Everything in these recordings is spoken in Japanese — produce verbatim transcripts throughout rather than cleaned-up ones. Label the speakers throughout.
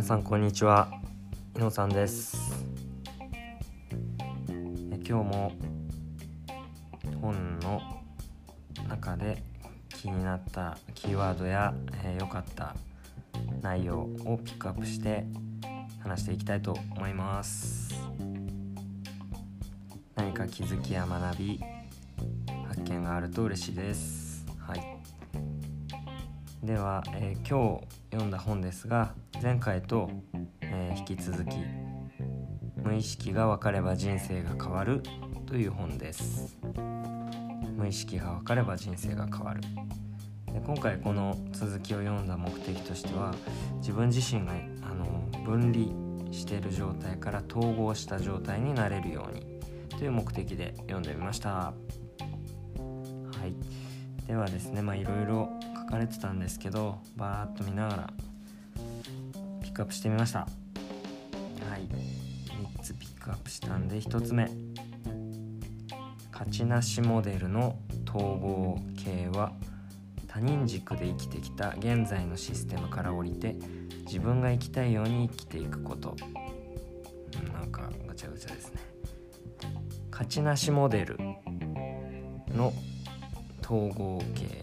Speaker 1: さんこんにちは、井野さんです。え今日も本の中で気になったキーワードや良、えー、かった内容をピックアップして話していきたいと思います。何か気づきや学び発見があると嬉しいです。はい、では、えー、今日読んだ本ですが、前回と、えー、引き続き無意識が分かれば人生が変わるという本です。無意識が分かれば人生が変わる。で今回この続きを読んだ目的としては、自分自身があの分離している状態から統合した状態になれるようにという目的で読んでみました。はい、ではですね、まあいろいろ書かれてたんですけど、バーッと見ながらピックアップしてみました。はい、みっつピックアップしたんで、ひとつめ、価値なしモデルの統合系は他人軸で生きてきた現在のシステムから降りて自分が生きたいように生きていくこと。なんかガチャガチャですね。価値なしモデルの統合系、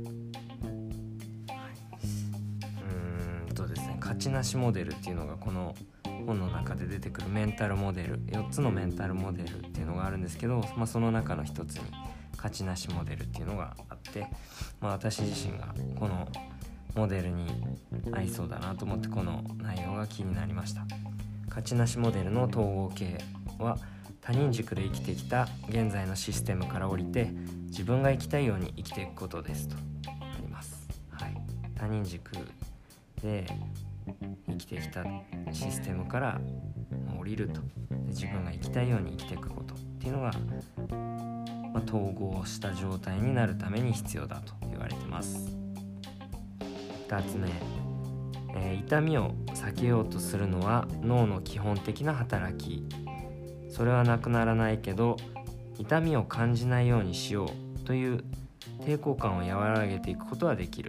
Speaker 1: うーんとですね価値なしモデルっていうのがこの本の中で出てくるメンタルモデル、よっつのメンタルモデルっていうのがあるんですけど、まあ、その中の一つに価値なしモデルっていうのがあって、まあ、私自身がこのモデルに合いそうだなと思ってこの内容が気になりました。価値なしモデルの統合系は他人軸で生きてきた現在のシステムから降りて自分が生きたいように生きていくことですとあります。はい、他人軸で生きてきたシステムから降りると、自分が生きたいように生きていくことっていうのが、まあ、統合した状態になるために必要だと言われてます。ふたつめ、えー、痛みを避けようとするのは脳の基本的な働き。それはなくならないけど痛みを感じないようにしようという抵抗感を和らげていくことはできる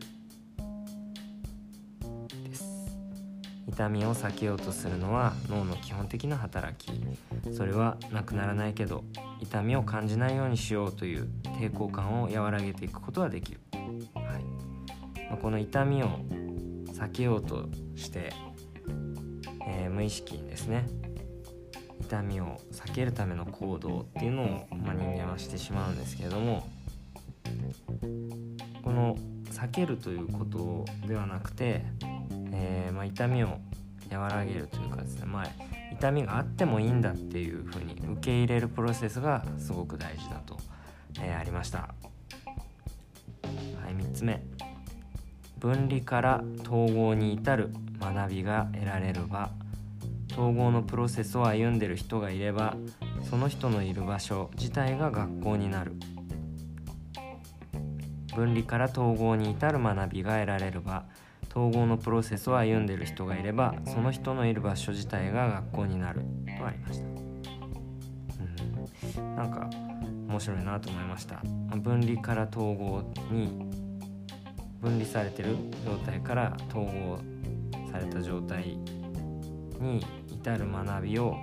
Speaker 1: です。痛みを避けようとするのは脳の基本的な働き。それはなくならないけど痛みを感じないようにしようという抵抗感を和らげていくことはできる。はい、まあ、この痛みを避けようとして、えー、無意識にですね痛みを避けるための行動っていうのを、まあ、人間はしてしまうんですけれども、この避けるということではなくて、えーまあ、痛みを和らげるというかですね、まあ、痛みがあってもいいんだっていうふうに受け入れるプロセスがすごく大事だと、えー、ありました。はい、みっつめ、分離から統合に至る学びが得られる場。統合のプロセスを歩んでいる人がいればその人のいる場所自体が学校になる。分離から統合に至る学びが得られる場。統合のプロセスを歩んでいる人がいればその人のいる場所自体が学校になるとありました。うん、なんか面白いなと思いました。分離から統合に分離されてる状態から統合された状態に至る学びを、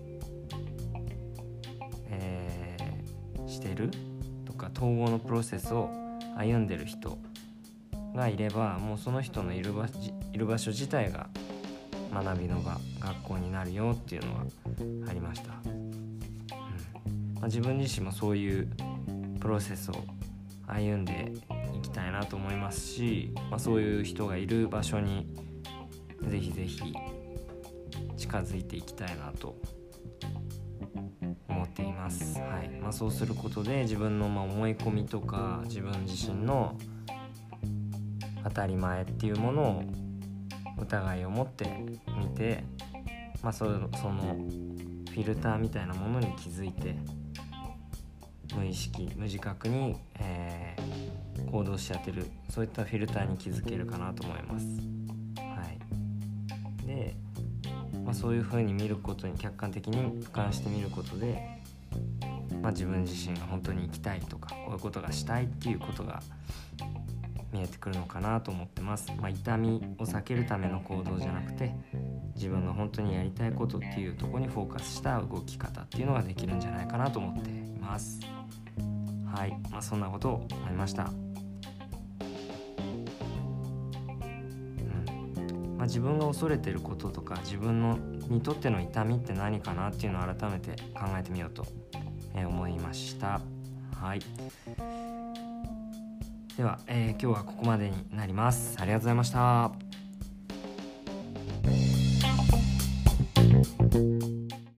Speaker 1: えー、してるとか、統合のプロセスを歩んでる人がいればもうその人のいる場、いる場所自体が学びの場、学校になるよっていうのがありました。うんまあ、自分自身もそういうプロセスを歩んでいきたいなと思いますし、まあ、そういう人がいる場所にぜひぜひ近づいていきたいなと思っています。はいまあ、そうすることで自分のまあ思い込みとか自分自身の当たり前っていうものを疑いを持ってみて、まあ、そ, そのフィルターみたいなものに気づいて無意識無自覚に、えー、行動しちゃってる、そういったフィルターに気づけるかなと思います。はい、でまあ、そういう風に見ることに客観的に俯瞰してみることで、まあ、自分自身が本当に生きたいとかこういうことがしたいっていうことが見えてくるのかなと思ってます。まあ、痛みを避けるための行動じゃなくて自分が本当にやりたいことっていうところにフォーカスした動き方っていうのができるんじゃないかなと思っています。はい、まあ、そんなことを思いました。うんまあ、自分が恐れてることとか自分のにとっての痛みって何かなっていうのを改めて考えてみようと思いました。はい、では、えー、今日はここまでになります。ありがとうございました。